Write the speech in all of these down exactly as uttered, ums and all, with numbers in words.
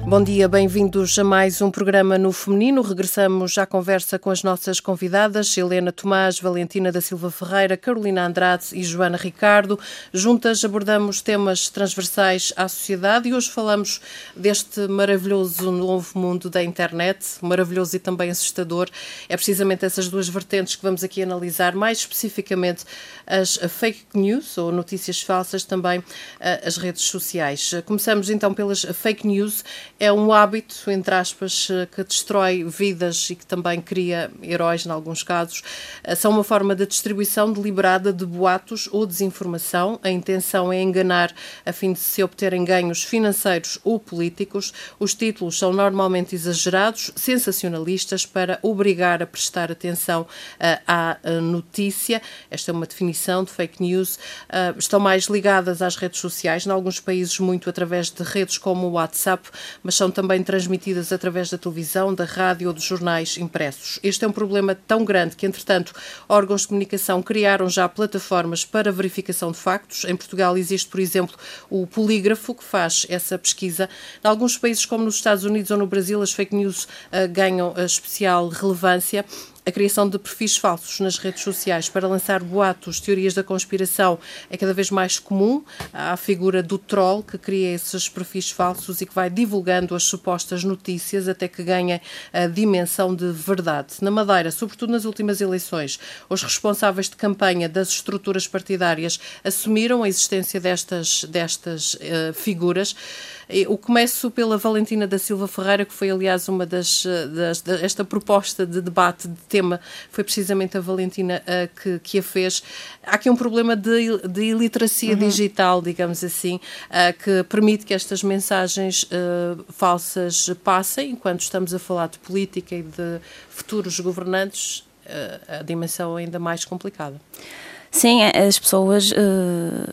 Bom dia, bem-vindos a mais um programa no Feminino. Regressamos à conversa com as nossas convidadas, Helena Tomás, Valentina da Silva Ferreira, Carolina Andrade e Joana Ricardo. Juntas abordamos temas transversais à sociedade e hoje falamos deste maravilhoso novo mundo da internet, maravilhoso e também assustador. É precisamente essas duas vertentes que vamos aqui analisar, mais especificamente as fake news ou notícias falsas, também as redes sociais. Começamos então pelas fake news. É um hábito, entre aspas, que destrói vidas e que também cria heróis, em alguns casos. São uma forma de distribuição deliberada de boatos ou desinformação. A intenção é enganar a fim de se obterem ganhos financeiros ou políticos. Os títulos são normalmente exagerados, sensacionalistas, para obrigar a prestar atenção uh, à uh, notícia. Esta é uma definição de fake news. Uh, estão mais ligadas às redes sociais, em alguns países muito através de redes como o WhatsApp, mas são também transmitidas através da televisão, da rádio ou dos jornais impressos. Este é um problema tão grande que, entretanto, órgãos de comunicação criaram já plataformas para verificação de factos. Em Portugal existe, por exemplo, o Polígrafo, que faz essa pesquisa. Em alguns países, como nos Estados Unidos ou no Brasil, as fake news uh, ganham uh, especial relevância. A criação de perfis falsos nas redes sociais para lançar boatos, teorias da conspiração é cada vez mais comum. Há a figura do troll que cria esses perfis falsos e que vai divulgando as supostas notícias até que ganhem a dimensão de verdade. Na Madeira, sobretudo nas últimas eleições, os responsáveis de campanha das estruturas partidárias assumiram a existência destas, destas uh, figuras. Eu começo pela Valentina da Silva Ferreira, que foi, aliás, uma das, das, das esta proposta de debate de tema, foi precisamente a Valentina uh, que, que a fez. Há aqui um problema de, de iliteracia uhum. digital, digamos assim, uh, que permite que estas mensagens uh, falsas passem, enquanto estamos a falar de política e de futuros governantes, uh, a dimensão é ainda mais complicada. Sim, as pessoas... Uh...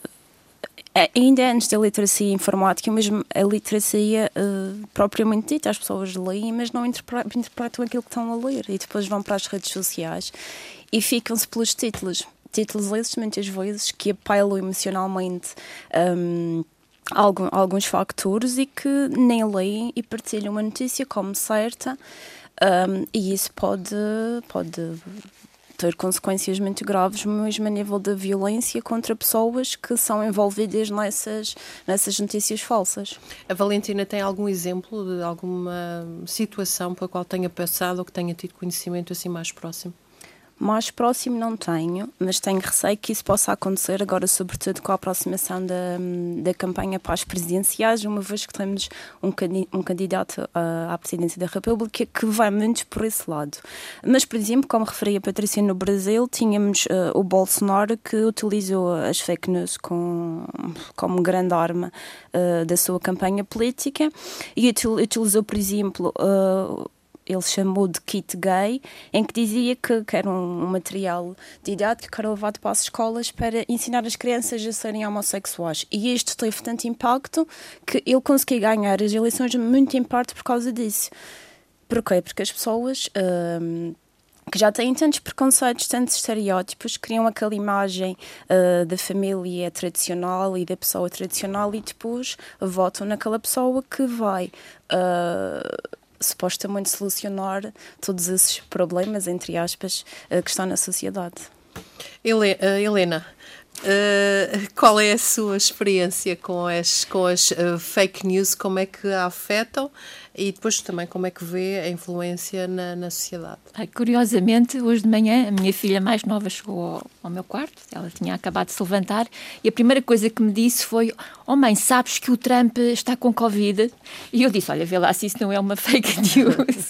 Ainda antes da literacia informática, mesmo a literacia uh, propriamente dita, as pessoas leem, mas não interpretam, interpretam aquilo que estão a ler e depois vão para as redes sociais e ficam-se pelos títulos. Títulos esses, muitas vezes, que apelam emocionalmente um, algum, alguns factores e que nem leem e partilham uma notícia como certa um, e isso pode... pode ter consequências muito graves, mesmo a nível da violência contra pessoas que são envolvidas nessas, nessas notícias falsas. A Valentina tem algum exemplo de alguma situação pela qual tenha passado ou que tenha tido conhecimento assim mais próximo? Mais próximo não tenho, mas tenho receio que isso possa acontecer agora, sobretudo com a aproximação da, da campanha para as presidenciais, uma vez que temos um, um candidato à, à presidência da República que vai muito por esse lado. Mas, por exemplo, como referi a Patrícia, no Brasil, tínhamos uh, o Bolsonaro que utilizou as fake news com, como grande arma uh, da sua campanha política e utilizou, por exemplo, uh, ele chamou de kit gay, em que dizia que, que era um, um material didático que era levado para as escolas para ensinar as crianças a serem homossexuais. E isto teve tanto impacto que ele conseguiu ganhar as eleições muito em parte por causa disso. Porquê? Porque as pessoas... Hum, que já têm tantos preconceitos, tantos estereótipos, criam aquela imagem uh, da família tradicional e da pessoa tradicional e depois votam naquela pessoa que vai... Uh, supostamente solucionar todos esses problemas, entre aspas, que estão na sociedade. Helena, uh, qual é a sua experiência com as, com as uh, fake news? Como é que a afetam? E depois também como é que vê a influência na, na sociedade? Ai, curiosamente, hoje de manhã, a minha filha mais nova chegou ao, ao meu quarto, ela tinha acabado de se levantar, e a primeira coisa que me disse foi: oh mãe, sabes que o Trump está com Covid? E eu disse: olha, vê lá se isso não é uma fake news.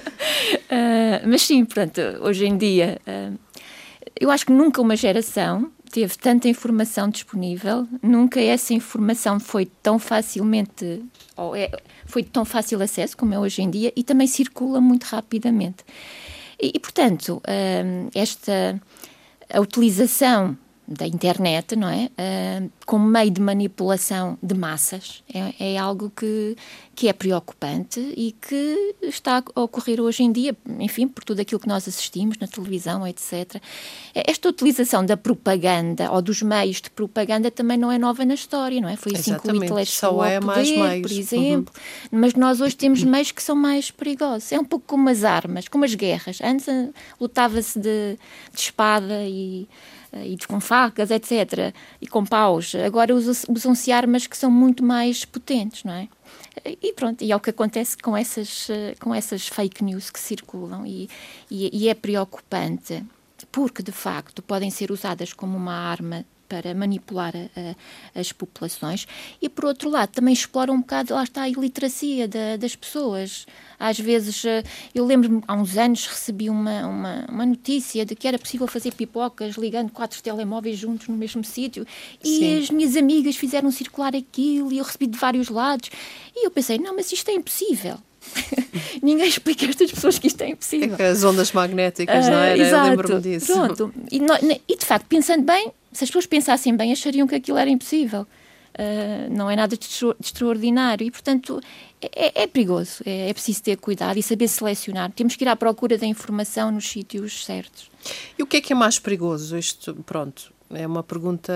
uh, mas sim, portanto, hoje em dia, uh, eu acho que nunca uma geração teve tanta informação disponível, nunca essa informação foi tão facilmente, ou é, foi de tão fácil acesso como é hoje em dia, e também circula muito rapidamente. E, e portanto, esta a utilização da internet, não é? como meio de manipulação de massas é, é algo que, que é preocupante e que está a ocorrer hoje em dia, enfim, por tudo aquilo que nós assistimos na televisão, etcétera. Esta utilização da propaganda ou dos meios de propaganda também não é nova na história, não é? Foi assim que o Hitler chegou ao poder, por exemplo. Uhum. Mas nós hoje temos meios que são mais perigosos. É um pouco como as armas, como as guerras. Antes lutava-se de, de espada e... e com facas, etcétera, e com paus. Agora usam-se armas que são muito mais potentes, não é? E pronto, e é o que acontece com essas, com essas fake news que circulam e, e, e é preocupante, porque de facto podem ser usadas como uma arma para manipular a, a, as populações e, por outro lado, também explora um bocado, lá está, a iliteracia da, das pessoas. Às vezes, eu lembro-me, há uns anos recebi uma, uma, uma notícia de que era possível fazer pipocas ligando quatro telemóveis juntos no mesmo sítio e Sim. as minhas amigas fizeram circular aquilo e eu recebi de vários lados e eu pensei, não, mas isto é impossível. Ninguém explica a estas pessoas que isto é impossível. É que as ondas magnéticas, uh, não era? Exato, eu lembro-me disso. Pronto. E, no, e, de facto, pensando bem, se as pessoas pensassem bem, achariam que aquilo era impossível. Uh, não é nada de, de extraordinário e, portanto, é, é perigoso. É, é preciso ter cuidado e saber selecionar. Temos que ir à procura da informação nos sítios certos. E o que é que é mais perigoso? Isto, pronto, é uma pergunta...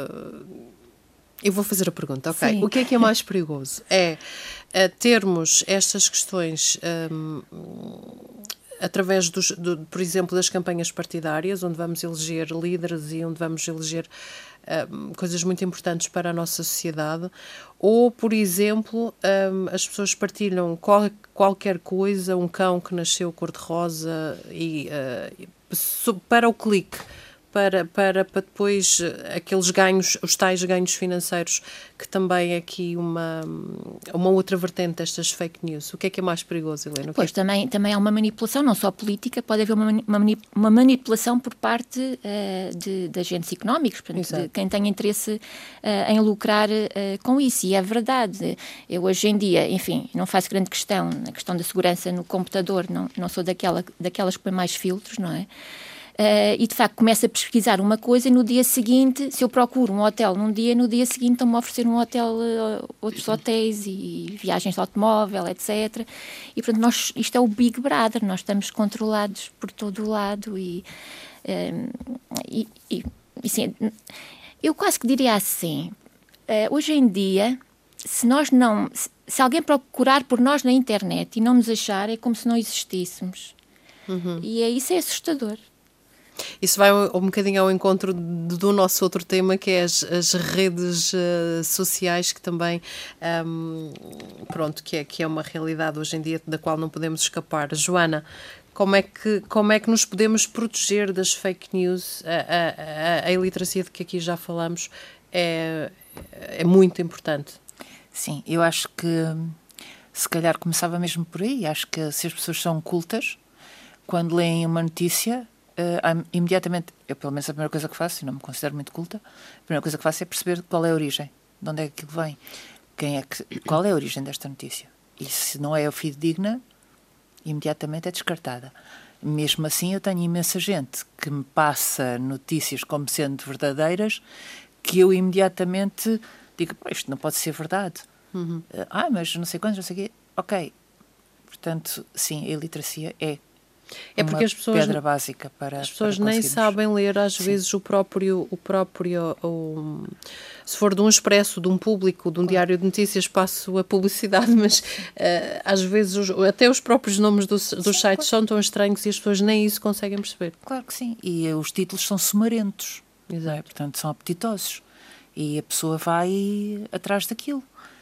Eu vou fazer a pergunta, ok. Sim. O que é que é mais perigoso? É uh, termos estas questões... Um, através, dos, do, por exemplo, das campanhas partidárias, onde vamos eleger líderes e onde vamos eleger um, coisas muito importantes para a nossa sociedade, ou, por exemplo, um, as pessoas partilham qual, qualquer coisa, um cão que nasceu cor-de-rosa e, uh, para o clique, para, para, para depois aqueles ganhos, os tais ganhos financeiros, que também é aqui uma, uma outra vertente destas fake news. O que é que é mais perigoso, Helena? Pois, que é que... também, também há uma manipulação, não só política, pode haver uma, uma, uma manipulação por parte uh, de, de agentes económicos, portanto, de quem tem interesse uh, em lucrar uh, com isso, e é verdade. Eu hoje em dia, enfim, não faço grande questão, a questão da segurança no computador, não, não sou daquela, daquelas que põe mais filtros, não é? Uh, e de facto começo a pesquisar uma coisa e no dia seguinte, se eu procuro um hotel num dia, no dia seguinte estão-me a oferecer um hotel, uh, outros hotéis e viagens de automóvel, etcétera. E portanto nós, isto é o Big Brother, nós estamos controlados por todo o lado e, uh, e, e, e sim, eu quase que diria assim, uh, hoje em dia, se nós não, se, se alguém procurar por nós na internet e não nos achar, é como se não existíssemos. Uhum. E é, isso é assustador. Isso vai um, um bocadinho ao encontro do nosso outro tema, que é as, as redes uh, sociais, que também, um, pronto, que é, que é uma realidade hoje em dia da qual não podemos escapar. Joana, como é que, como é que nos podemos proteger das fake news? A, a, a iliteracia de que aqui já falamos é, é muito importante. Sim, eu acho que se calhar começava mesmo por aí. Acho que se as pessoas são cultas, quando leem uma notícia... Uh, imediatamente, eu pelo menos a primeira coisa que faço, e não me considero muito culta, a primeira coisa que faço é perceber qual é a origem, de onde é que aquilo vem, quem é que, qual é a origem desta notícia. E se não é fidedigna, imediatamente é descartada. Mesmo assim, eu tenho imensa gente que me passa notícias como sendo verdadeiras, que eu imediatamente digo, isto não pode ser verdade. Uhum. Uh, ah, mas não sei quantos, não sei o quê. Ok. Portanto, sim, a iliteracia é É porque uma as pessoas, pedra básica para as pessoas para nem sabem ler às Sim. vezes o próprio, o próprio o, se for de um expresso, de um público, de um claro. diário de notícias, passo a publicidade, mas uh, às vezes os, até os próprios nomes dos, dos sim, sites claro. são tão estranhos e as pessoas nem isso conseguem perceber. Claro que sim, e os títulos são sumarentos, Exato. É? Portanto são apetitosos e a pessoa vai atrás daquilo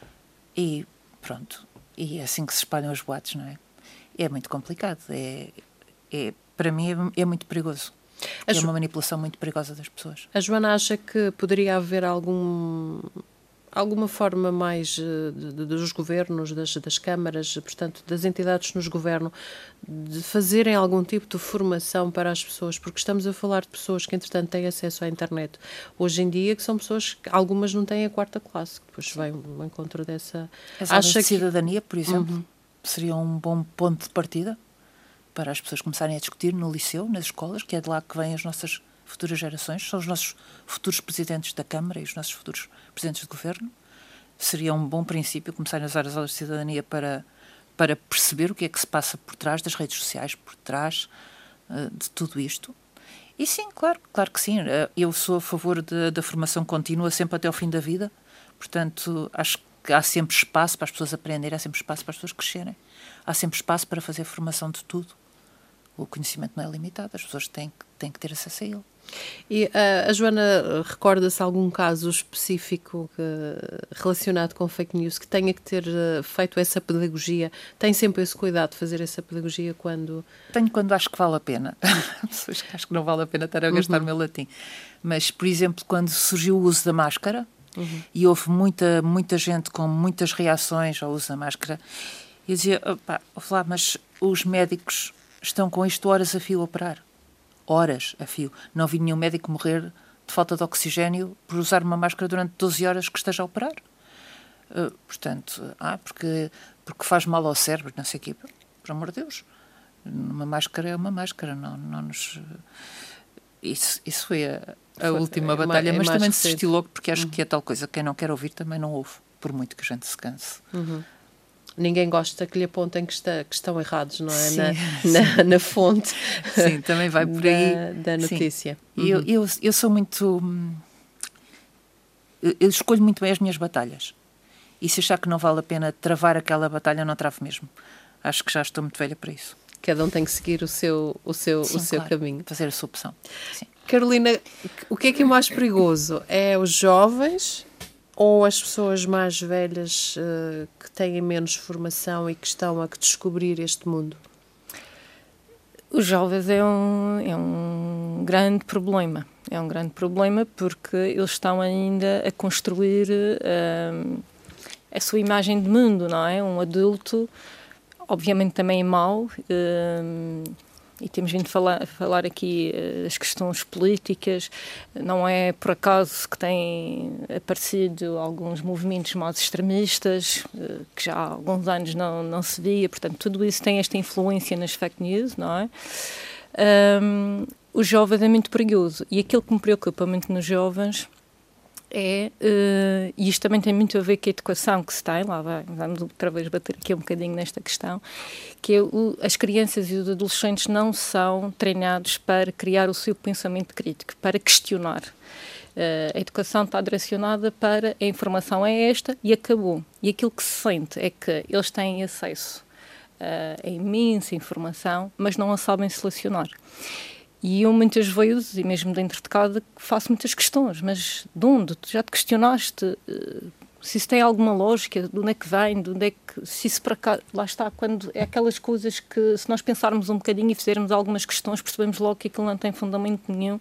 e pronto, e é assim que se espalham os boatos, não é? É muito complicado, é... É, para mim é, é muito perigoso. É jo- uma manipulação muito perigosa das pessoas. A Joana acha que poderia haver algum, alguma forma mais de, de, dos governos, das, das câmaras, portanto, das entidades que nos governam, de fazerem algum tipo de formação para as pessoas, porque estamos a falar de pessoas que, entretanto, têm acesso à internet hoje em dia, que são pessoas que algumas não têm a quarta classe, que depois vem ao encontro dessa... As aulas de cidadania, por exemplo, uhum. seria um bom ponto de partida para as pessoas começarem a discutir no liceu, nas escolas, que é de lá que vêm as nossas futuras gerações, são os nossos futuros presidentes da Câmara e os nossos futuros presidentes de governo. Seria um bom princípio começarem a usar as aulas de cidadania para, para perceber o que é que se passa por trás das redes sociais, por trás uh, de tudo isto. E sim, claro, claro que sim. Eu sou a favor de, da formação contínua sempre até ao fim da vida. Portanto, acho que há sempre espaço para as pessoas aprenderem, há sempre espaço para as pessoas crescerem. Há sempre espaço para fazer formação de tudo. O conhecimento não é limitado, as pessoas têm, têm que ter acesso a ele. E uh, a Joana recorda-se algum caso específico que, relacionado com fake news que tenha que ter uh, feito essa pedagogia? Tem sempre esse cuidado de fazer essa pedagogia quando... Tenho quando acho que vale a pena. Pessoas que acho que não vale a pena estar a gastar uhum. o meu latim. Mas, por exemplo, quando surgiu o uso da máscara, uhum. e houve muita, muita gente com muitas reações ao uso da máscara, eu dizia, opá, lá, mas os médicos estão com isto horas a fio a operar. Horas a fio. Não vi nenhum médico morrer de falta de oxigénio por usar uma máscara durante doze horas que esteja a operar. Uh, portanto, ah, porque, porque faz mal ao cérebro, não sei o quê. Por amor de Deus. Uma máscara é uma máscara. Não, não nos... Isso, isso foi a, a foi, última é, batalha, é, mas também desisti logo, porque acho uhum. que é tal coisa. Quem não quer ouvir também não ouve, por muito que a gente se canse. Uhum. Ninguém gosta que lhe apontem que, está, que estão errados, não é? Sim, na, sim. Na, na fonte. Sim, também vai por aí. Da, da notícia. Uhum. Eu, eu, eu sou muito... Eu, eu escolho muito bem as minhas batalhas. E se achar que não vale a pena travar aquela batalha, não travo mesmo. Acho que já estou muito velha para isso. Cada um tem que seguir o seu, o seu, sim, o seu claro. caminho. Fazer a sua opção. Sim. Carolina, o que é que é mais perigoso? É os jovens... ou as pessoas mais velhas uh, que têm menos formação e que estão a descobrir este mundo? Os jovens é um, é um grande problema. É um grande problema porque eles estão ainda a construir uh, a sua imagem de mundo, não é? Um adulto, obviamente, também é mau. Uh, E temos vindo a falar, falar aqui uh, as questões políticas. Não é por acaso que têm aparecido alguns movimentos mais extremistas, uh, que já há alguns anos não, não se via. Portanto, tudo isso tem esta influência nas fake news, não é? Um, os jovens é muito perigoso. E aquilo que me preocupa muito nos jovens é, uh, e isto também tem muito a ver com a educação que se tem, lá vai, vamos outra vez bater aqui um bocadinho nesta questão, que é o, as crianças e os adolescentes não são treinados para criar o seu pensamento crítico, para questionar. Uh, a educação está direcionada para a informação é esta e acabou. E aquilo que se sente é que eles têm acesso uh, a imensa informação, mas não a sabem selecionar. E eu muitas vezes, e mesmo dentro de casa, faço muitas questões. Mas de onde? Tu já te questionaste uh, se isso tem alguma lógica? De onde é que vem? De onde é que... Se isso para cá... Lá está, quando é aquelas coisas que, se nós pensarmos um bocadinho e fizermos algumas questões, percebemos logo que aquilo não tem fundamento nenhum.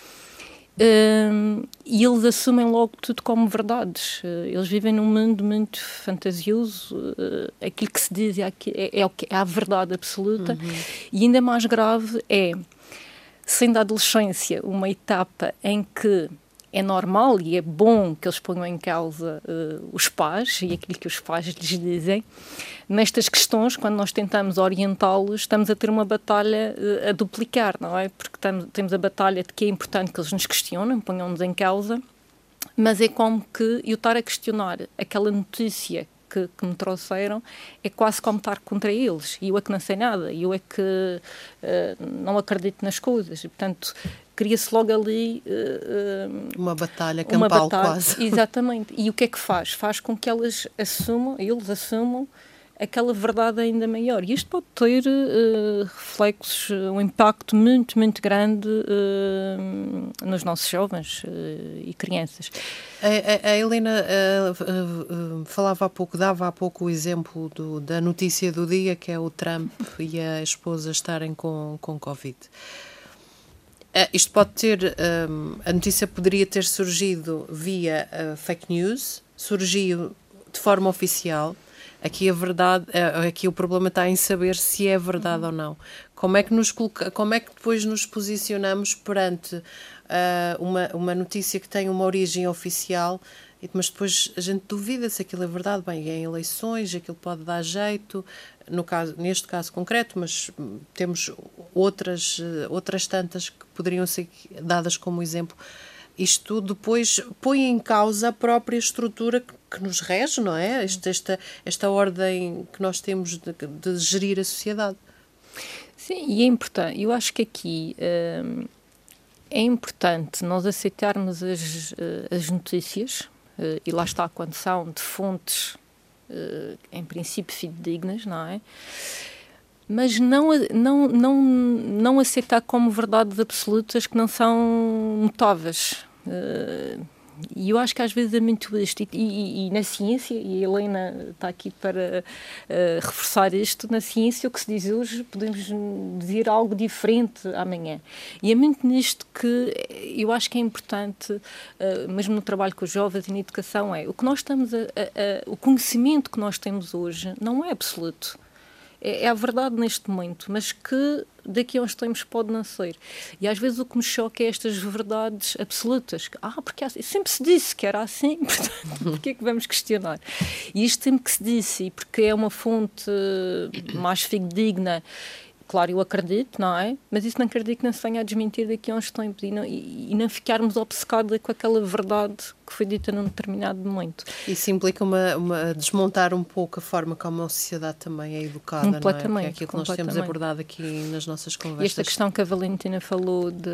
Uh, e eles assumem logo tudo como verdades. Uh, eles vivem num mundo muito fantasioso. Uh, aquilo que se diz é, é, é, o que, é a verdade absoluta. Uhum. E ainda mais grave é... Sendo a adolescência uma etapa em que é normal e é bom que eles ponham em causa uh, os pais e aquilo que os pais lhes dizem, nestas questões, quando nós tentamos orientá-los, estamos a ter uma batalha uh, a duplicar, não é? Porque tamos, temos a batalha de que é importante que eles nos questionem, ponham-nos em causa, mas é como que eu estar a questionar aquela notícia Que, que me trouxeram, é quase como estar contra eles. E eu é que não sei nada, eu é que uh, não acredito nas coisas. E, portanto, cria-se logo ali... Uh, uma batalha campal, quase. Exatamente. E o que é que faz? Faz com que elas assumam, eles assumam aquela verdade ainda maior. E isto pode ter uh, reflexos, um impacto muito, muito grande uh, nos nossos jovens uh, e crianças. A, a, a Helena uh, uh, uh, falava há pouco, dava há pouco o exemplo do, da notícia do dia, que é o Trump e a esposa estarem com, com Covid. Uh, isto pode ter, um, a notícia poderia ter surgido via uh, fake news, surgiu de forma oficial. Aqui a verdade, aqui o problema está em saber se é verdade uhum. ou não. Como é que nos coloca, como é que depois nos posicionamos perante uh, uma, uma notícia que tem uma origem oficial mas depois a gente duvida se aquilo é verdade. Bem, é em eleições, aquilo pode dar jeito, no caso, neste caso concreto, mas temos outras, outras tantas que poderiam ser dadas como exemplo. Isto depois põe em causa a própria estrutura que, que nos rege, não é? Esta, esta, esta ordem que nós temos de, de gerir a sociedade. Sim, e é importante. Eu acho que aqui hum, é importante nós aceitarmos as, as notícias, uh, e lá está, quando são de fontes, uh, em princípio, fidedignas, não é? Mas não, não, não, não aceitar como verdades absolutas que não são mutáveis. Uh, e eu acho que às vezes é muito isto. E, e, e na ciência, e a Helena está aqui para uh, reforçar isto, na ciência o que se diz hoje podemos dizer algo diferente amanhã. E é muito nisto que eu acho que é importante, uh, mesmo no trabalho com os jovens e na educação, é o que nós estamos a, a, a, o conhecimento que nós temos hoje não é absoluto. É a verdade neste momento, mas que daqui a uns tempos pode não ser. E às vezes o que me choca é estas verdades absolutas. Ah, porque sempre se disse que era assim, portanto, porque é que vamos questionar? E isto sempre que se disse, e porque é uma fonte mais fidedigna, claro, eu acredito, não é? Mas isso não acredito que não se venha a desmentir daqui a uns tempos e não, e, e não ficarmos obcecados com aquela verdade que foi dita num determinado momento. Isso implica uma, uma, desmontar um pouco a forma como a sociedade também é educada, completamente, não é? Que é aquilo que nós temos abordado aqui nas nossas conversas. E esta questão que a Valentina falou de,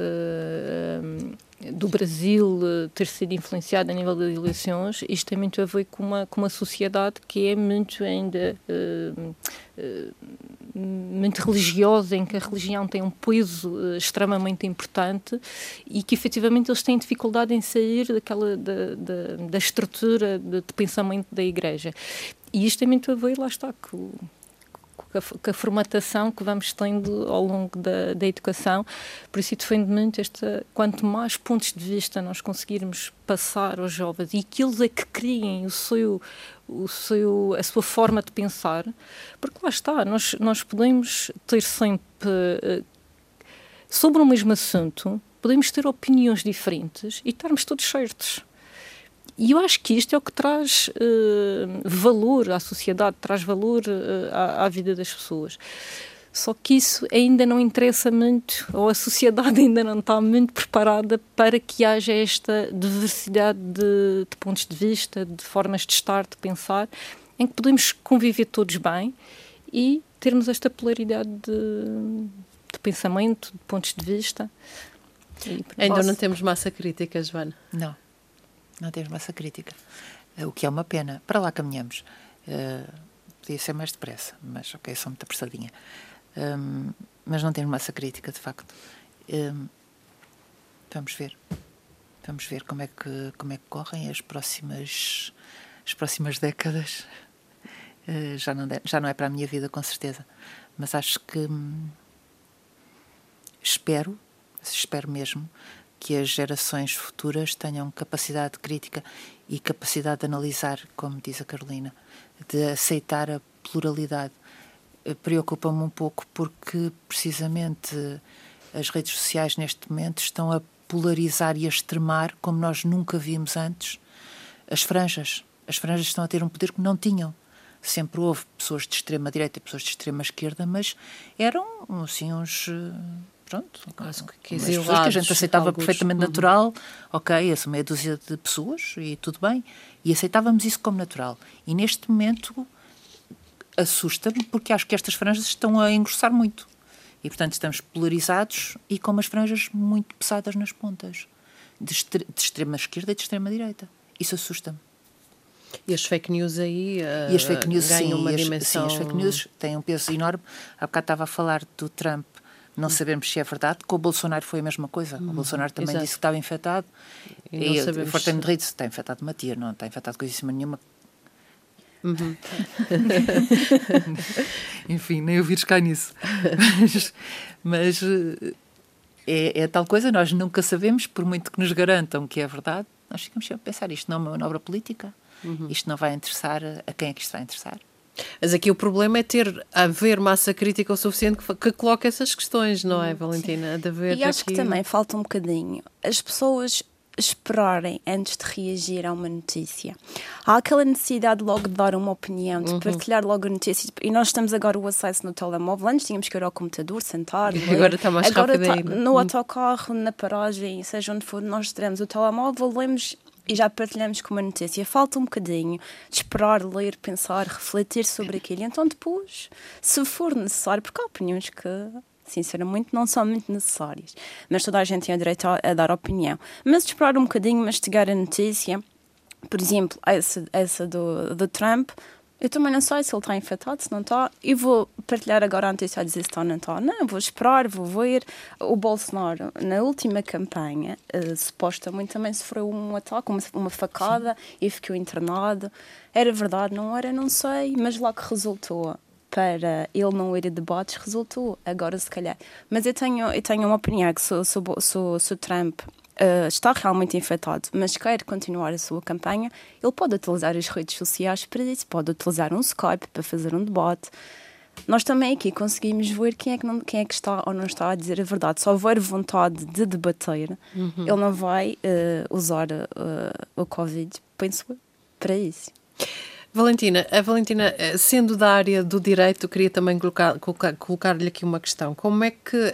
um, do Brasil ter sido influenciado a nível das eleições, isto tem muito a ver com uma, com uma sociedade que é muito ainda uh, uh, muito religiosa, em que a religião tem um peso uh, extremamente importante e que efetivamente eles têm dificuldade em sair daquela da, da, da estrutura de, de pensamento da Igreja. E isto tem muito a ver, lá está, com, com, a, com a formatação que vamos tendo ao longo da, da educação. Por isso eu defendo muito esta, quanto mais pontos de vista nós conseguirmos passar aos jovens e que eles é que criem o seu, o seu, a sua forma de pensar, porque lá está, nós, nós podemos ter sempre, uh, sobre o mesmo assunto, podemos ter opiniões diferentes e estarmos todos certos. E eu acho que isto é o que traz uh, valor à sociedade, traz valor uh, à, à vida das pessoas. Só que isso ainda não interessa muito, ou a sociedade ainda não está muito preparada para que haja esta diversidade de, de pontos de vista, de formas de estar, de pensar, em que podemos conviver todos bem e termos esta polaridade de, de pensamento, de pontos de vista. E, ainda posso... não temos massa crítica, Joana? Não. Não temos massa crítica, o que é uma pena. Para lá caminhamos. Uh, podia ser mais depressa, mas ok, sou muito apressadinha. Um, mas não temos massa crítica, de facto. Um, vamos ver. Vamos ver como é que, como é que correm as próximas, as próximas décadas. Uh, já, não de, já não é para a minha vida, com certeza. Mas acho que hum, espero, espero mesmo, que as gerações futuras tenham capacidade crítica e capacidade de analisar, como diz a Carolina, de aceitar a pluralidade. Preocupa-me um pouco porque, precisamente, as redes sociais neste momento estão a polarizar e a extremar, como nós nunca vimos antes, as franjas. As franjas estão a ter um poder que não tinham. Sempre houve pessoas de extrema-direita e pessoas de extrema-esquerda, mas eram, assim, uns... Pronto, quase que, que a gente aceitava alguns, perfeitamente uhum. natural, ok, essa meia dúzia de pessoas e tudo bem, e aceitávamos isso como natural. E neste momento assusta-me porque acho que estas franjas estão a engrossar muito e, portanto, estamos polarizados e com umas franjas muito pesadas nas pontas, de, extre- de extrema esquerda e de extrema direita. Isso assusta-me. E as fake news aí uh, e as fake news, ganham sim, uma as, dimensão... Sim, as fake news têm um peso enorme. Há bocado estava a falar do Trump. Não sabemos se é verdade. Com o Bolsonaro foi a mesma coisa. Hum, o Bolsonaro também exato. Disse que estava infectado. E, e não sabemos... Forte-me de rir, está infectado de matia, não está infectado de coisíssima nenhuma. Uhum. Enfim, nem o vírus cai nisso. Mas, mas é, é tal coisa, nós nunca sabemos, por muito que nos garantam que é verdade, nós ficamos sempre a pensar, isto não é uma manobra política, uhum. isto não vai interessar a quem é que isto vai interessar. Mas aqui o problema é ter, haver massa crítica o suficiente que, que coloque essas questões, não é, Valentina? De haver e acho aqui... que também falta um bocadinho. As pessoas esperarem antes de reagir a uma notícia. Há aquela necessidade logo de dar uma opinião, de uhum. partilhar logo a notícia. E nós temos agora o acesso no telemóvel. Antes tínhamos que ir ao computador, sentar, ler. Agora está mais agora rápido tá, ainda. No autocarro, na paragem, seja onde for, nós teremos o telemóvel, lemos e já partilhamos com uma notícia. Falta um bocadinho de esperar, ler, pensar, refletir sobre aquilo. Então depois, se for necessário, porque há opiniões que, sinceramente, não são muito necessárias, mas toda a gente tem o direito a, a dar opinião. Mas esperar um bocadinho, mastigar a notícia, por exemplo, essa, essa do, do Trump, eu também não sei se ele está infectado, se não está, e vou partilhar agora a notícia a dizer se está ou não está. Não, vou esperar, vou ver. O Bolsonaro, na última campanha, uh, supostamente também sofreu um ataque, uma, uma facada, Sim. e ficou internado. Era verdade, não era, não sei, mas lá que resultou para ele não ir a debates, resultou, agora se calhar. Mas eu tenho, eu tenho uma opinião que se o Trump uh, está realmente infectado, mas quer continuar a sua campanha, ele pode utilizar as redes sociais para isso, pode utilizar um Skype para fazer um debate. Nós também aqui conseguimos ver quem é que, não, quem é que está ou não está a dizer a verdade. Se houver vontade de debater, uhum. ele não vai uh, usar uh, o Covid, penso, para isso. Valentina, a Valentina, sendo da área do direito, queria também colocar, colocar, colocar-lhe aqui uma questão. Como é que...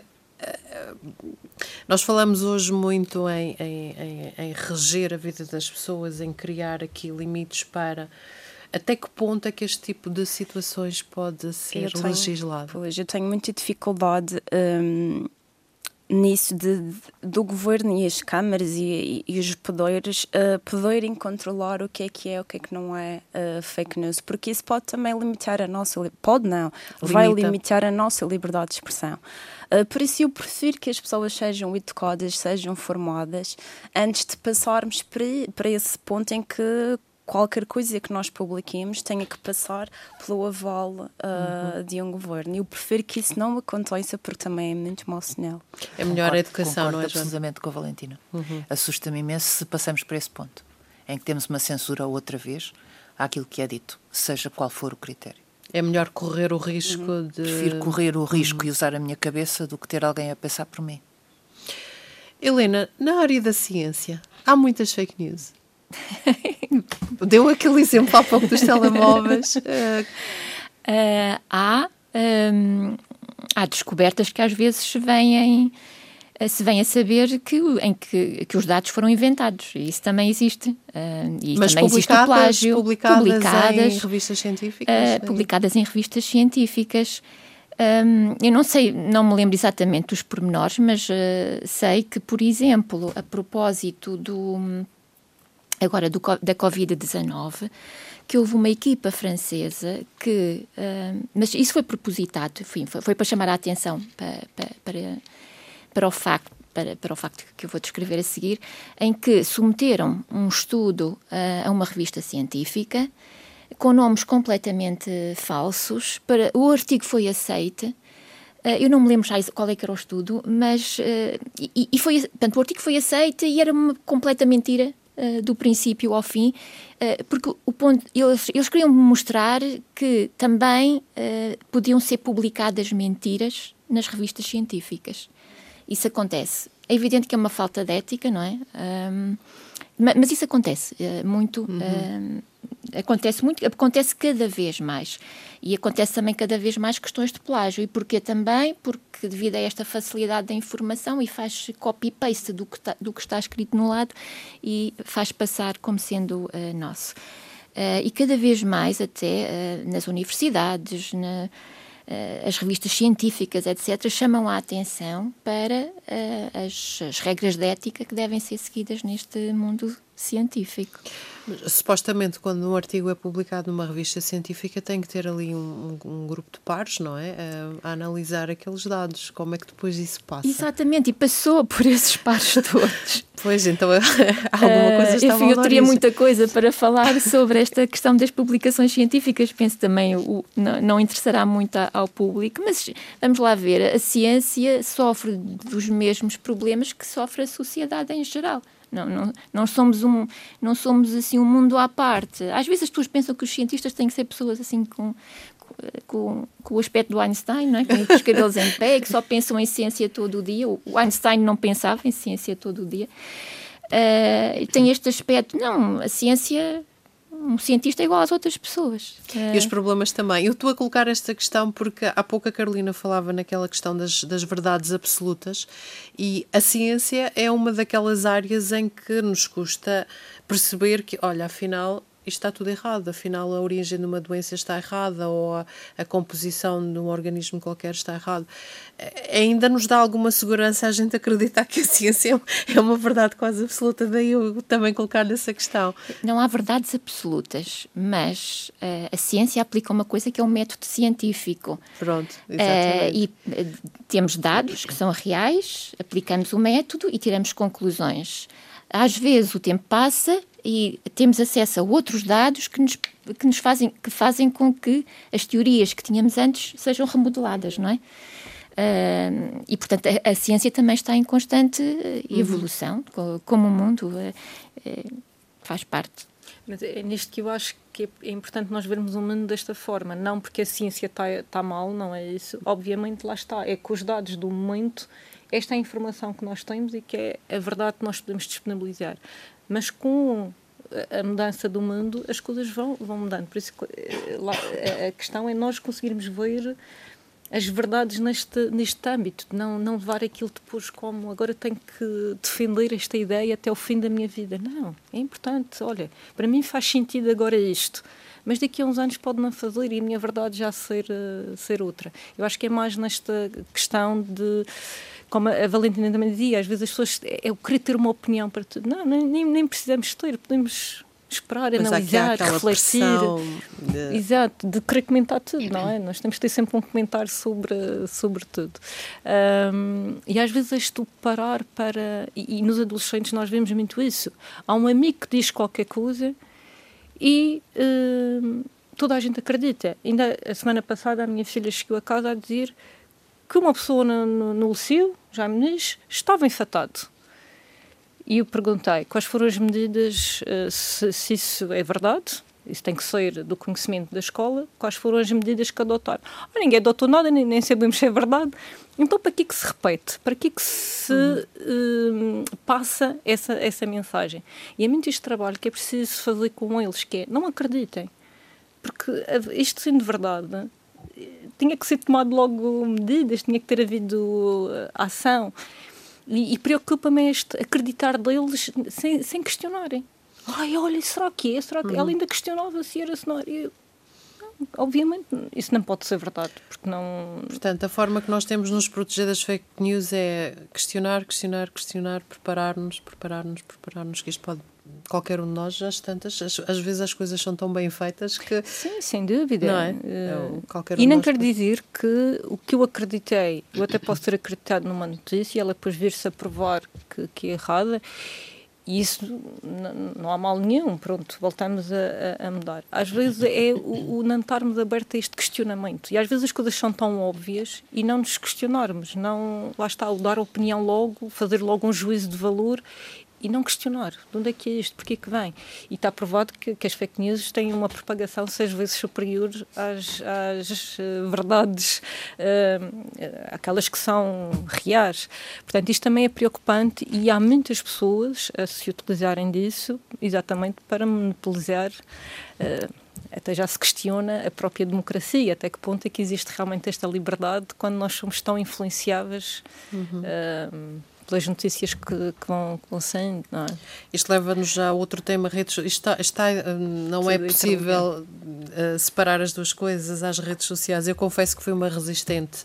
Nós falamos hoje muito em, em, em, em reger a vida das pessoas, em criar aqui limites para... Até que ponto é que este tipo de situações pode ser eu tenho, legislado? Pois, eu tenho muita dificuldade... Hum, nisso de, de, do governo e as câmaras e, e, e os poderes uh, poderem controlar o que é que é, o que é que não é uh, fake news, porque isso pode também limitar a nossa, pode não, Limita. vai limitar a nossa liberdade de expressão. Uh, por isso eu prefiro que as pessoas sejam educadas, sejam formadas, antes de passarmos para, para esse ponto em que qualquer coisa que nós publiquemos tenha que passar pelo aval uh, uhum. de um governo. Eu prefiro que isso não aconteça, porque também é muito mau sinal. É melhor concordo, a educação, concordo não é, absolutamente com a Valentina. Uhum. Assusta-me imenso se passamos para esse ponto, em que temos uma censura outra vez àquilo que é dito, seja qual for o critério. É melhor correr o risco uhum. de... Prefiro correr o risco uhum. e usar a minha cabeça do que ter alguém a pensar por mim. Helena, na área da ciência, há muitas fake news? Deu aquele exemplo há pouco dos telemóveis. Uh... Uh, há, um, há descobertas que às vezes vêm, se vem a saber que, em que, que os dados foram inventados. E isso também existe. Uh, e Mas também existe o plágio. Publicadas, publicadas em revistas científicas? Uh, publicadas em revistas científicas. Um, eu não sei, não me lembro exatamente dos pormenores, mas uh, sei que, por exemplo, a propósito do... agora do, da covid dezanove, que houve uma equipa francesa que, uh, mas isso foi propositado, enfim, foi, foi para chamar a atenção para, para, para, para, o facto, para, para o facto que eu vou descrever a seguir, em que submeteram um estudo uh, a uma revista científica com nomes completamente falsos. Para, o artigo foi aceite. Uh, eu não me lembro já qual é que era o estudo, mas uh, e, e foi, portanto, o artigo foi aceite e era uma completa mentira. Uh, do princípio ao fim, uh, porque o ponto, eles, eles queriam mostrar que também uh, podiam ser publicadas mentiras nas revistas científicas. Isso acontece. É evidente que é uma falta de ética, não é? Um, mas isso acontece uh, muito, uhum. uh, acontece muito, acontece cada vez mais. E acontece também cada vez mais questões de plágio. E porquê também? Porque devido a esta facilidade da informação e faz copy-paste do que, tá, do que está escrito no lado e faz passar como sendo uh, nosso. Uh, e cada vez mais até uh, nas universidades, na, uh, as revistas científicas, etcétera, chamam a atenção para uh, as, as regras de ética que devem ser seguidas neste mundo científico. Supostamente, quando um artigo é publicado numa revista científica, tem que ter ali um, um, um grupo de pares, não é? A, a analisar aqueles dados. Como é que depois isso passa? Exatamente, e passou por esses pares todos. Pois, então alguma coisa está uh, enfim, eu teria muita coisa para falar sobre esta questão das publicações científicas. Penso também o, não, não interessará muito ao público, mas vamos lá ver. A ciência sofre dos mesmos problemas que sofre a sociedade em geral. Não, não, não, somos um, não somos assim um mundo à parte. Às vezes as pessoas pensam que os cientistas têm que ser pessoas assim com, com, com o aspecto do Einstein, não é? Com os cabelos em pé, que só pensam em ciência todo o dia. O Einstein não pensava em ciência todo o dia. uh, tem este aspecto. Não, a ciência... Um cientista é igual às outras pessoas. E os problemas também. Eu estou a colocar esta questão porque há pouco a Carolina falava naquela questão das, das verdades absolutas, e a ciência é uma daquelas áreas em que nos custa perceber que, olha, afinal... isto está tudo errado, afinal a origem de uma doença está errada, ou a, a composição de um organismo qualquer está errado. Ainda nos dá alguma segurança a gente acreditar que a ciência é uma verdade quase absoluta, daí eu também colocar nessa questão. Não há verdades absolutas, mas uh, a ciência aplica uma coisa que é um método científico. Pronto, exatamente. Uh, e uh, temos dados que são reais, aplicamos o método e tiramos conclusões. Às vezes o tempo passa e temos acesso a outros dados que nos, que nos fazem, que fazem com que as teorias que tínhamos antes sejam remodeladas, não é? Uh, e, portanto, a, a ciência também está em constante evolução, uhum. como o mundo uh, uh, faz parte. Mas é nisto que eu acho que é, é importante nós vermos o mundo desta forma, não porque a ciência está tá mal, não é isso. Obviamente, lá está, é com os dados do momento, esta é a informação que nós temos e que é a verdade que nós podemos disponibilizar. Mas com a mudança do mundo, as coisas vão, vão mudando. Por isso, lá, a questão é nós conseguirmos ver as verdades neste, neste âmbito, não, não levar aquilo depois como agora tenho que defender esta ideia até o fim da minha vida. Não, é importante. Olha, para mim faz sentido agora isto, mas daqui a uns anos pode não fazer e a minha verdade já ser, uh, ser outra. Eu acho que é mais nesta questão de... Como a Valentina também dizia, às vezes as pessoas... É o querer ter uma opinião para tudo. Não, nem, nem precisamos ter, podemos esperar, mas analisar, refletir. De... Exato, de querer comentar tudo, não é? Nós temos que ter sempre um comentário sobre, sobre tudo. Um, e às vezes és tu parar para... E, e nos adolescentes nós vemos muito isso. Há um amigo que diz qualquer coisa e um, toda a gente acredita. Ainda a semana passada a minha filha chegou a casa a dizer que uma pessoa no, no, no Liceu, já me diz, estava infectado. E eu perguntei quais foram as medidas, uh, se, se isso é verdade, isso tem que ser do conhecimento da escola, quais foram as medidas que adotaram. Ah, ninguém adotou nada, nem, nem sabemos se é verdade. Então, para que que se repete? Para que que se uhum. uh, passa essa, essa mensagem? E é muito este trabalho que é preciso fazer com eles, que é, não acreditem. Porque isto sendo verdade... tinha que ser tomado logo medidas, tinha que ter havido uh, ação. E, e preocupa-me este acreditar deles sem, sem questionarem. Ai, olha, será que é? Será que... Uhum. Ela ainda questionava se era cenário. Não, obviamente, isso não pode ser verdade, porque não... Portanto, a forma que nós temos de nos proteger das fake news é questionar, questionar, questionar, preparar-nos, preparar-nos, preparar-nos, que isto pode... Qualquer um de nós, às tantas, às, às vezes as coisas são tão bem feitas que... Sim, sem dúvida. Não é? É qualquer um e não quer pode... dizer que o que eu acreditei, eu até posso ter acreditado numa notícia e ela depois vir-se a provar que, que é errada, e isso não, não há mal nenhum, pronto, voltamos a, a, a mudar. Às vezes é o, o não estarmos abertos a este questionamento, e às vezes as coisas são tão óbvias e não nos questionarmos, não, lá está, o dar opinião logo, fazer logo um juízo de valor e não questionar de onde é que é isto, porque é que vem. E está provado que, que as fake news têm uma propagação seis vezes superior às, às uh, verdades, uh, aquelas que são reais. Portanto, isto também é preocupante e há muitas pessoas a se utilizarem disso exatamente para monopolizar. Uh, até já se questiona a própria democracia, até que ponto é que existe realmente esta liberdade quando nós somos tão influenciáveis uhum. uh, pelas notícias que, que, vão, que vão saindo, não é? Isto leva-nos já a outro tema, redes está, está Não Tudo é possível uh, separar as duas coisas, as redes sociais. Eu confesso que fui uma resistente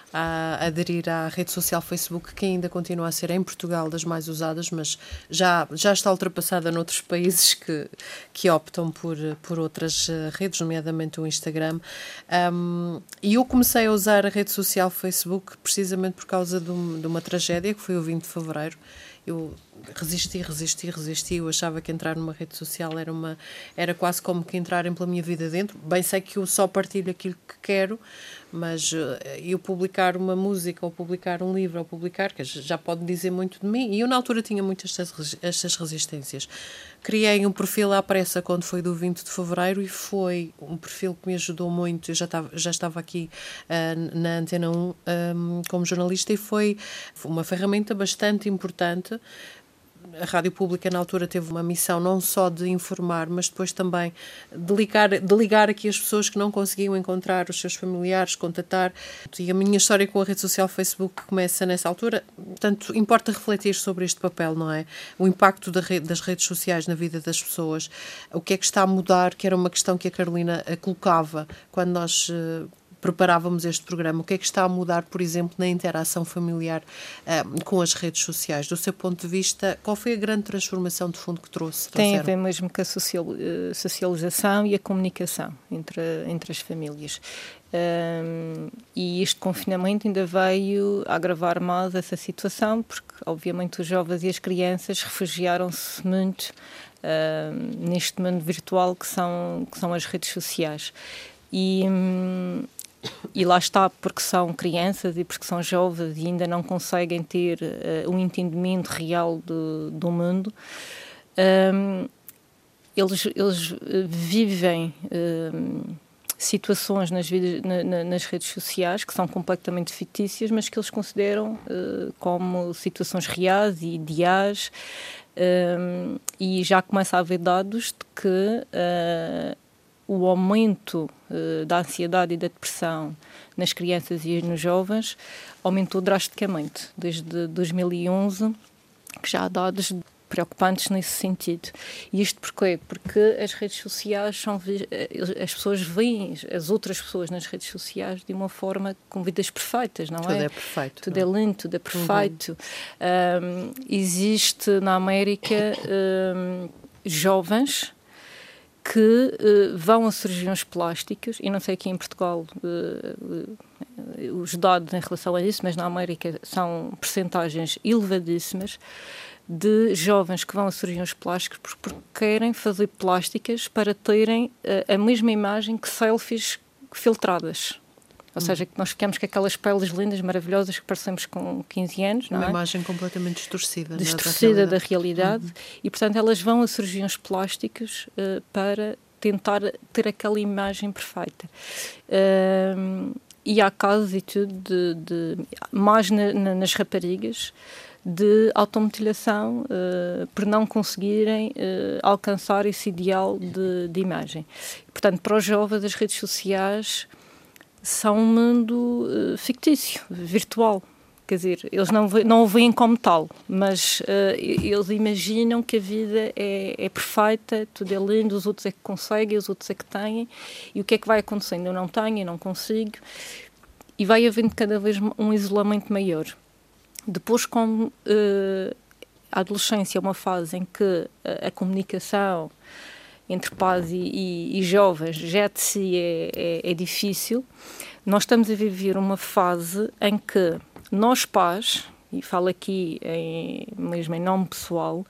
a aderir à rede social Facebook, que ainda continua a ser em Portugal das mais usadas, mas já, já está ultrapassada noutros países que, que optam por, por outras redes, nomeadamente o Instagram. Um, e eu comecei a usar a rede social Facebook precisamente por causa de, um, de uma tragédia, que foi o vinte de fevereiro. Eu resisti, resisti, resisti. Eu achava que entrar numa rede social era, uma, era quase como que entrarem pela minha vida dentro. Bem sei que eu só partilho aquilo que quero, mas eu publicar uma música, ou publicar um livro, ou publicar, que já pode dizer muito de mim. E eu na altura tinha muitas estas, estas resistências. Criei um perfil à pressa quando foi do vinte de fevereiro e foi um perfil que me ajudou muito. Eu já estava, já estava aqui uh, na Antena um um, como jornalista e foi uma ferramenta bastante importante a Rádio Pública na altura teve uma missão não só de informar, mas depois também de ligar, de ligar aqui as pessoas que não conseguiam encontrar os seus familiares, contatar. E a minha história com a rede social Facebook começa nessa altura. Portanto, importa refletir sobre este papel, não é? O impacto da rede, das redes sociais na vida das pessoas. O que é que está a mudar, que era uma questão que a Carolina colocava quando nós uh, preparávamos este programa. O que é que está a mudar, por exemplo, na interação familiar uh, com as redes sociais? Do seu ponto de vista, qual foi a grande transformação de fundo que trouxe? Tem trouxeram? a ver mesmo com a social, uh, socialização e a comunicação entre, entre as famílias. Um, e este confinamento ainda veio agravar mais essa situação, porque obviamente os jovens e as crianças refugiaram-se muito uh, neste mundo virtual que são, que são as redes sociais. E, um, e lá está, porque são crianças e porque são jovens e ainda não conseguem ter uh, um entendimento real do, do mundo. Um, eles, eles vivem um, situações nas, vidas, na, na, nas redes sociais que são completamente fictícias, mas que eles consideram uh, como situações reais e ideais, um, e já começa a haver dados de que uh, o aumento uh, da ansiedade e da depressão nas crianças e nos jovens aumentou drasticamente desde dois mil e onze, que já há dados preocupantes nesse sentido. E isto porquê? Porque as redes sociais são... As pessoas veem as outras pessoas nas redes sociais de uma forma com vidas perfeitas, não é? Tudo é perfeito. Tudo é lindo, tudo é perfeito. Uhum. Um, existe na América um, jovens que uh, vão a cirurgiões plásticas, e não sei aqui em Portugal uh, uh, os dados em relação a isso, mas na América são percentagens elevadíssimas de jovens que vão a cirurgiões plásticos porque querem fazer plásticas para terem uh, a mesma imagem que selfies filtradas. Ou seja, que nós ficamos com aquelas peles lindas, maravilhosas, que parecemos com quinze anos, não é? Uma imagem completamente distorcida. Distorcida da realidade. Uhum. E, portanto, elas vão a cirurgiões plásticos uh, para tentar ter aquela imagem perfeita. Uh, e há casos e tudo, de, de, mais na, na, nas raparigas, de automutilação uh, por não conseguirem uh, alcançar esse ideal de, de imagem. Portanto, para os jovens, as redes sociais são um mundo uh, fictício, virtual. Quer dizer, eles não, não o veem como tal, mas uh, eles imaginam que a vida é, é perfeita, tudo é lindo, os outros é que conseguem, os outros é que têm, e o que é que vai acontecendo? Eu não tenho, eu não consigo, e vai havendo cada vez um isolamento maior. Depois, como uh, a adolescência é uma fase em que a, a comunicação entre pais e, e, e jovens já de si é, é, é difícil, nós estamos a viver uma fase em que nós pais, e falo aqui em, mesmo em nome pessoal,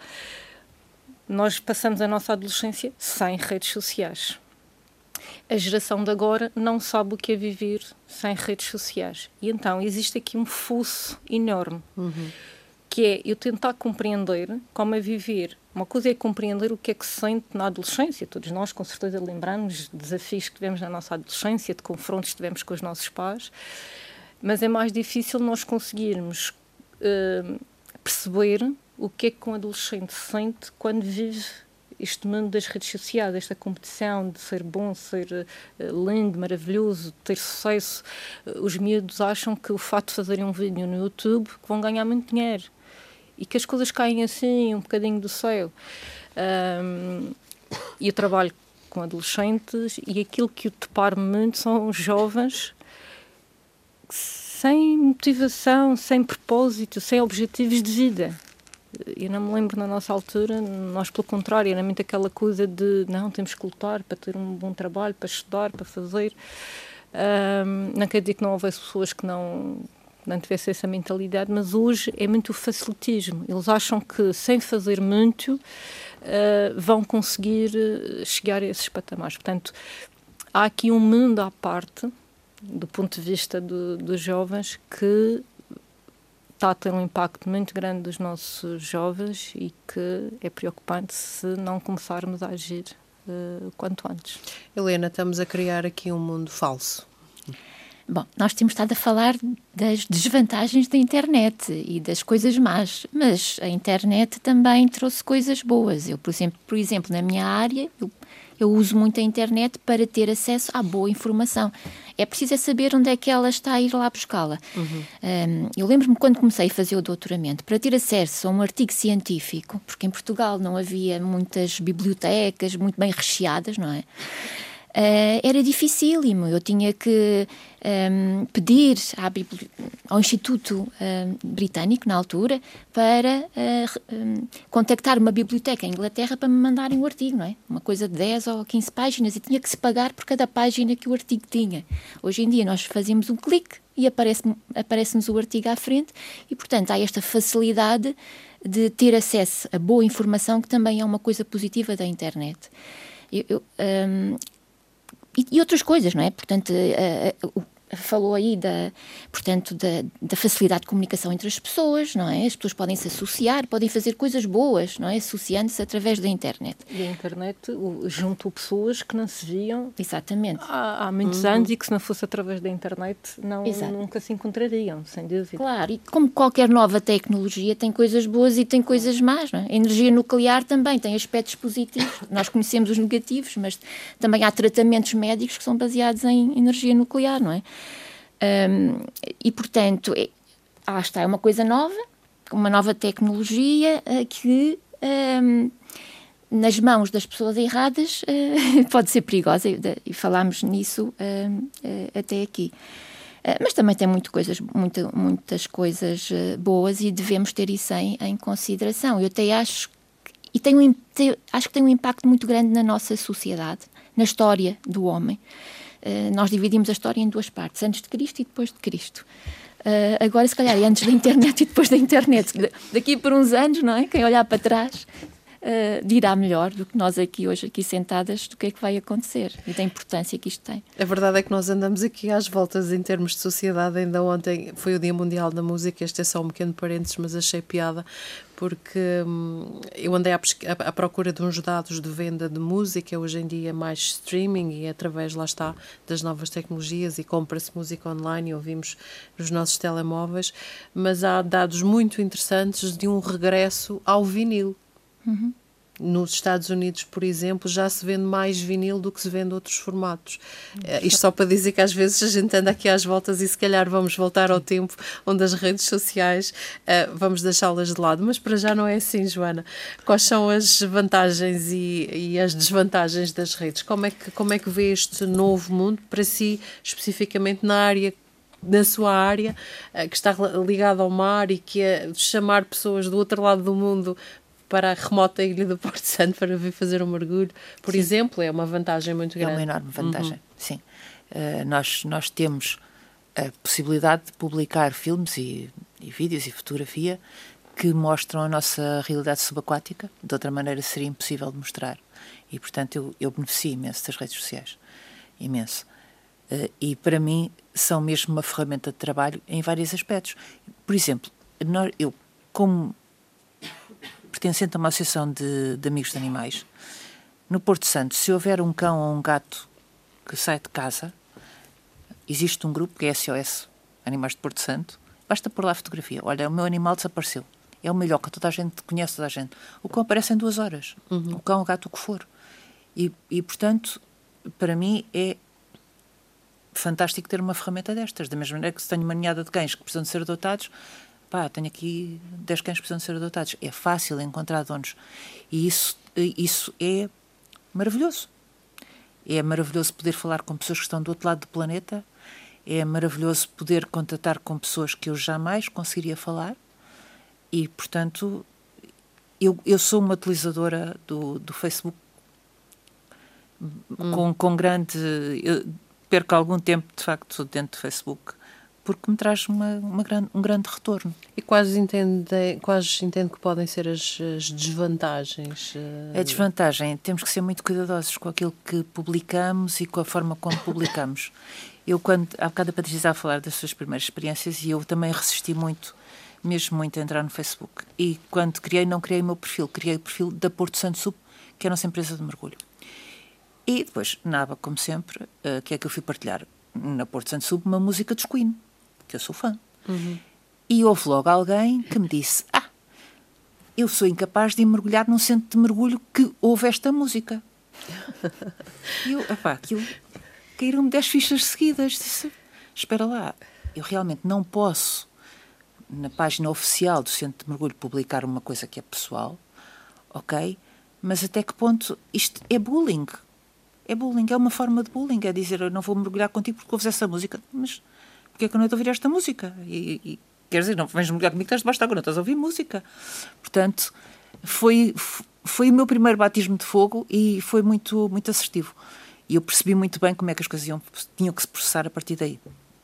nós passamos a nossa adolescência sem redes sociais. A geração de agora não sabe o que é viver sem redes sociais. E então existe aqui um fosso enorme, uhum. que é eu tentar compreender como é viver. Uma coisa é compreender o que é que se sente na adolescência. Todos nós, com certeza, lembramos de desafios que tivemos na nossa adolescência, de confrontos que tivemos com os nossos pais, mas é mais difícil nós conseguirmos uh, perceber o que é que um adolescente sente quando vive este mundo das redes sociais, esta competição de ser bom, ser uh, lindo, maravilhoso, ter sucesso. Uh, os miúdos acham que o fato de fazerem um vídeo no YouTube que vão ganhar muito dinheiro e que as coisas caem assim, um bocadinho do céu. Um, e eu trabalho com adolescentes e aquilo que eu deparo muito são jovens sem motivação, sem propósito, sem objetivos de vida. Eu não me lembro na nossa altura, nós pelo contrário, era muito aquela coisa de não, temos que lutar para ter um bom trabalho, para estudar, para fazer. Um, não quer dizer que não houvesse pessoas que não, não tivessem essa mentalidade, mas hoje é muito o facilitismo. Eles acham que sem fazer muito uh, vão conseguir chegar a esses patamares. Portanto, há aqui um mundo à parte, do ponto de vista do, dos jovens, que está a ter um impacto muito grande dos nossos jovens e que é preocupante se não começarmos a agir uh, quanto antes. Helena, estamos a criar aqui um mundo falso. Bom, nós temos estado a falar das desvantagens da internet e das coisas más, mas a internet também trouxe coisas boas. Eu, por exemplo, por exemplo na minha área, eu, eu uso muito a internet para ter acesso à boa informação. É preciso é saber onde é que ela está a ir lá buscá-la. Uhum. Um, eu lembro-me quando comecei a fazer o doutoramento, para ter acesso a um artigo científico, porque em Portugal não havia muitas bibliotecas muito bem recheadas, não é? Uh, era dificílimo, eu tinha que um, pedir à bibli... ao Instituto um, Britânico, na altura, para uh, um, contactar uma biblioteca em Inglaterra para me mandarem o artigo, não é? Uma coisa de dez ou quinze páginas, e tinha que se pagar por cada página que o artigo tinha. Hoje em dia nós fazemos um clique e aparece, aparece-nos o artigo à frente, e portanto há esta facilidade de ter acesso a boa informação, que também é uma coisa positiva da internet. Eu... eu um, E, e outras coisas, não é? Portanto, uh, uh, falou aí da, portanto, da, da facilidade de comunicação entre as pessoas, não é? As pessoas podem se associar, podem fazer coisas boas, não é? Associando-se através da internet. E a internet juntou pessoas que não se viam Exatamente. há, há muitos uhum. anos, e que se não fosse através da internet não, nunca se encontrariam, sem dúvida. Claro, e como qualquer nova tecnologia tem coisas boas e tem coisas más, não é? A energia nuclear também tem aspectos positivos. Nós conhecemos os negativos, mas também há tratamentos médicos que são baseados em energia nuclear, não é? Um, e, portanto, é, lá está, é uma coisa nova, uma nova tecnologia uh, que, um, nas mãos das pessoas erradas, uh, pode ser perigosa, e, e falámos nisso uh, uh, até aqui. Uh, mas também tem muito coisas, muita, muitas coisas uh, boas, e devemos ter isso em, em consideração. Eu até acho, e tem um, tem, acho que tem um impacto muito grande na nossa sociedade, na história do homem. Uh, nós dividimos a história em duas partes, antes de Cristo e depois de Cristo. Uh, agora, se calhar, é antes da internet e depois da internet. Daqui por uns anos, não é? Quem olhar para trás uh, dirá melhor do que nós aqui hoje, aqui sentadas, do que é que vai acontecer e da importância que isto tem. A verdade é que nós andamos aqui às voltas em termos de sociedade. Ainda ontem foi o Dia Mundial da Música, este é só um pequeno parênteses, mas achei piada, porque hum, eu andei à, à procura de uns dados de venda de música, hoje em dia mais streaming, e através, lá está, das novas tecnologias, e compra-se música online e ouvimos nos nossos telemóveis, mas há dados muito interessantes de um regresso ao vinil. Uhum. Nos Estados Unidos, por exemplo, já se vende mais vinil do que se vende outros formatos. Uh, isto só para dizer que às vezes a gente anda aqui às voltas, e se calhar vamos voltar ao tempo onde as redes sociais uh, vamos deixá-las de lado. Mas para já não é assim, Joana. Quais são as vantagens e, e as desvantagens das redes? Como é que, como é que vê este novo mundo para si, especificamente na área, na sua área, uh, que está ligada ao mar, e que é chamar pessoas do outro lado do mundo para a remota ilha do Porto Santo para vir fazer um mergulho, por sim. exemplo, é uma vantagem muito grande. É uma enorme vantagem, uhum. sim. Uh, nós, nós temos a possibilidade de publicar filmes e, e vídeos e fotografia que mostram a nossa realidade subaquática, de outra maneira seria impossível de mostrar. E, portanto, eu, eu beneficio imenso das redes sociais, imenso. Uh, e, para mim, são mesmo uma ferramenta de trabalho em vários aspectos. Por exemplo, nós, eu, como pertencente a uma associação de, de amigos de animais, no Porto Santo, se houver um cão ou um gato que sai de casa, existe um grupo que é S O S Animais de Porto Santo, basta pôr lá a fotografia. Olha, o meu animal desapareceu. É o melhor, que toda a gente conhece, toda a gente. O cão aparece em duas horas. Uhum. O cão, o gato, o que for. E, e, portanto, para mim é fantástico ter uma ferramenta destas. Da mesma maneira que se tenho uma ninhada de cães que precisam de ser adotados, pá, tenho aqui dez cães que precisam de ser adotados. É fácil encontrar donos. E isso, isso é maravilhoso. É maravilhoso poder falar com pessoas que estão do outro lado do planeta. É maravilhoso poder contatar com pessoas que eu jamais conseguiria falar. E, portanto, eu, eu sou uma utilizadora do, do Facebook hum. com, com grande... Eu perco algum tempo, de facto, dentro do Facebook, porque me traz uma, uma grande, um grande retorno. E quase entende, quase entende que podem ser as, as desvantagens? A desvantagem, temos que ser muito cuidadosos com aquilo que publicamos e com a forma como publicamos. Eu, quando, há bocado a Patrícia estava a falar das suas primeiras experiências, e eu também resisti muito, mesmo muito, a entrar no Facebook. E quando criei, não criei o meu perfil, criei o perfil da Porto Santo Sul, que é a nossa empresa de mergulho. E depois, na aba, como sempre, uh, que é que eu fui partilhar? na Porto Santo Sub, uma música dos Queen, que eu sou fã. Uhum. E houve logo alguém que me disse, ah, eu sou incapaz de mergulhar num centro de mergulho que ouve esta música. E eu, epá, aquilo, caíram-me dez fichas seguidas. Disse, espera lá, eu realmente não posso, na página oficial do centro de mergulho, publicar uma coisa que é pessoal, ok? Mas até que ponto isto é bullying? É bullying, é uma forma de bullying, é dizer, eu não vou mergulhar contigo porque ouves essa música. Mas porquê é que eu não estou a ouvir esta música? E, e quer dizer, não vens mergulhar comigo, estás debaixo de água, não estás a ouvir música. Portanto, foi, foi o meu primeiro batismo de fogo e foi muito, muito assertivo. E eu percebi muito bem como é que as coisas iam, tinham que se processar a partir daí.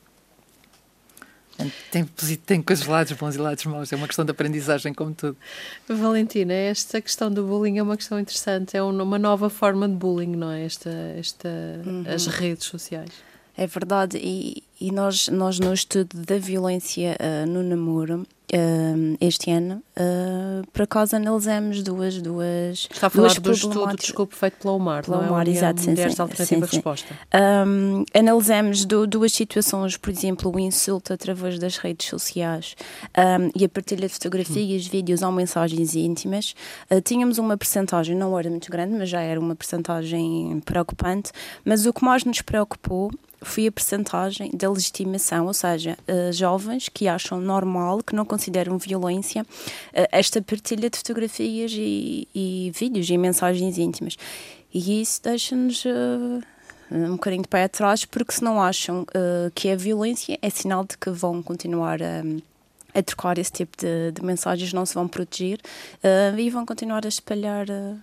Tem, tem coisas lados bons e lados maus, é uma questão de aprendizagem como tudo. Valentina, esta questão do bullying é uma questão interessante, é uma nova forma de bullying, não é? Esta, esta, uhum. As redes sociais. É verdade, e, e nós, nós no estudo da violência uh, no namoro, uh, este ano, uh, por acaso analisamos duas duas Está a falar do estudo, desculpe, feito pela UMAR, pela não é? UMAR, exato, sim, Mulheres sim, Alternativa sim, sim. Resposta. Um, analisamos do, duas situações, por exemplo, o insulto através das redes sociais um, e a partilha de fotografias, hum. vídeos ou mensagens íntimas. Uh, tínhamos uma percentagem, não era muito grande, mas já era uma percentagem preocupante, mas o que mais nos preocupou foi a percentagem da legitimação, ou seja, uh, jovens que acham normal, que não consideram violência, uh, esta partilha de fotografias e, e vídeos e mensagens íntimas. E isso deixa-nos uh, um bocadinho de pé atrás, porque se não acham uh, que é violência, é sinal de que vão continuar a, a trocar esse tipo de, de mensagens, não se vão proteger uh, e vão continuar a espalhar uh,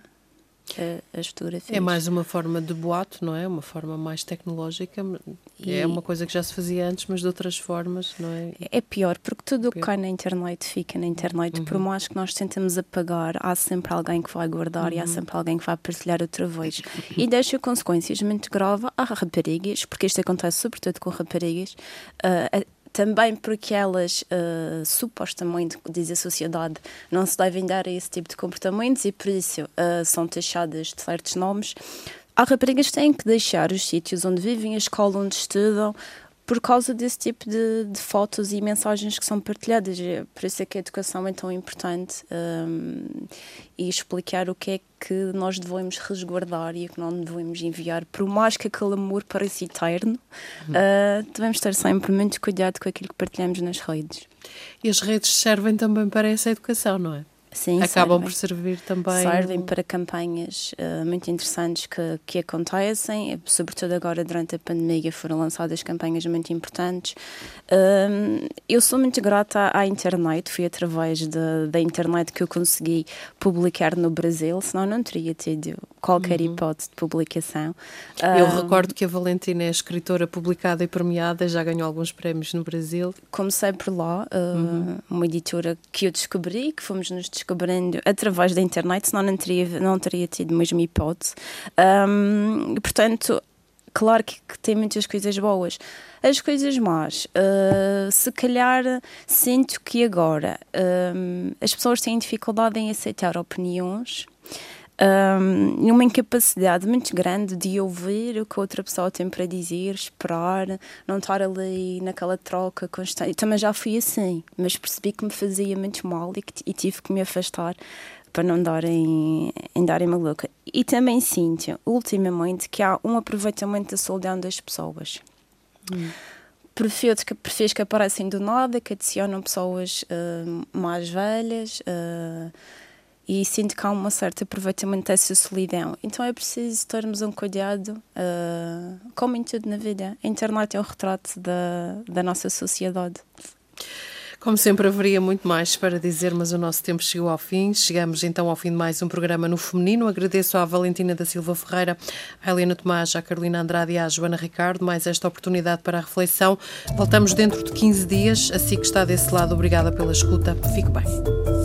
as fotografias. É mais uma forma de boato, não é? Uma forma mais tecnológica. E é uma coisa que já se fazia antes, mas de outras formas, não é? É pior, porque tudo o que cai na internet fica na internet. Uhum. Por mais que nós tentemos apagar, há sempre alguém que vai guardar uhum. e há sempre alguém que vai partilhar outra vez. E deixa consequências muito graves a raparigas, porque isto acontece sobretudo com raparigas, uh, também porque elas, uh, supostamente, diz a sociedade, não se devem dar a esse tipo de comportamentos e por isso uh, são taxadas de certos nomes. Há raparigas que têm que deixar os sítios onde vivem, a escola onde estudam, por causa desse tipo de, de fotos e mensagens que são partilhadas. Por isso é que a educação é tão importante um, e explicar o que é que nós devemos resguardar e o que não devemos enviar. Por mais que aquele amor pareça eterno, uhum. uh, devemos ter sempre muito cuidado com aquilo que partilhamos nas redes. E as redes servem também para essa educação, não é? Sim, acabam servem. por servir também. Servem para campanhas uh, muito interessantes que, que acontecem, sobretudo agora durante a pandemia foram lançadas campanhas muito importantes. Uh, eu sou muito grata à, à internet, foi através de, da internet que eu consegui publicar no Brasil, senão não teria tido qualquer uhum. hipótese de publicação. Eu uh, recordo que a Valentina é escritora publicada e premiada, já ganhou alguns prémios no Brasil. Comecei por lá, uh, uhum. uma editora que eu descobri, que fomos nos descobrindo através da internet, senão não teria, não teria tido mesmo hipótese. Um, portanto, claro que, que tem muitas coisas boas. As coisas más, uh, se calhar sinto que agora um, as pessoas têm dificuldade em aceitar opiniões, Um, uma incapacidade muito grande de ouvir o que a outra pessoa tem para dizer, esperar, não estar ali naquela troca constante. Eu também já fui assim, mas percebi que me fazia muito mal e, que, e tive que me afastar para não dar em, em dar em maluca. E também sinto, ultimamente, que há um aproveitamento da solidão das pessoas. Hum. Perfis que, perfis que aparecem do nada, que adicionam pessoas uh, mais velhas, uh, e sinto que há um certo aproveitamento dessa solidão. Então é preciso termos um cuidado, uh, como em tudo na vida. A internet é um retrato da, da nossa sociedade. Como sempre, haveria muito mais para dizer, mas o nosso tempo chegou ao fim. Chegamos então ao fim de mais um programa no Feminino. Agradeço à Valentina da Silva Ferreira, à Helena Tomás, à Carolina Andrade e à Joana Ricardo mais esta oportunidade para a reflexão. Voltamos dentro de quinze dias. Assim que está desse lado, obrigada pela escuta. Fique bem.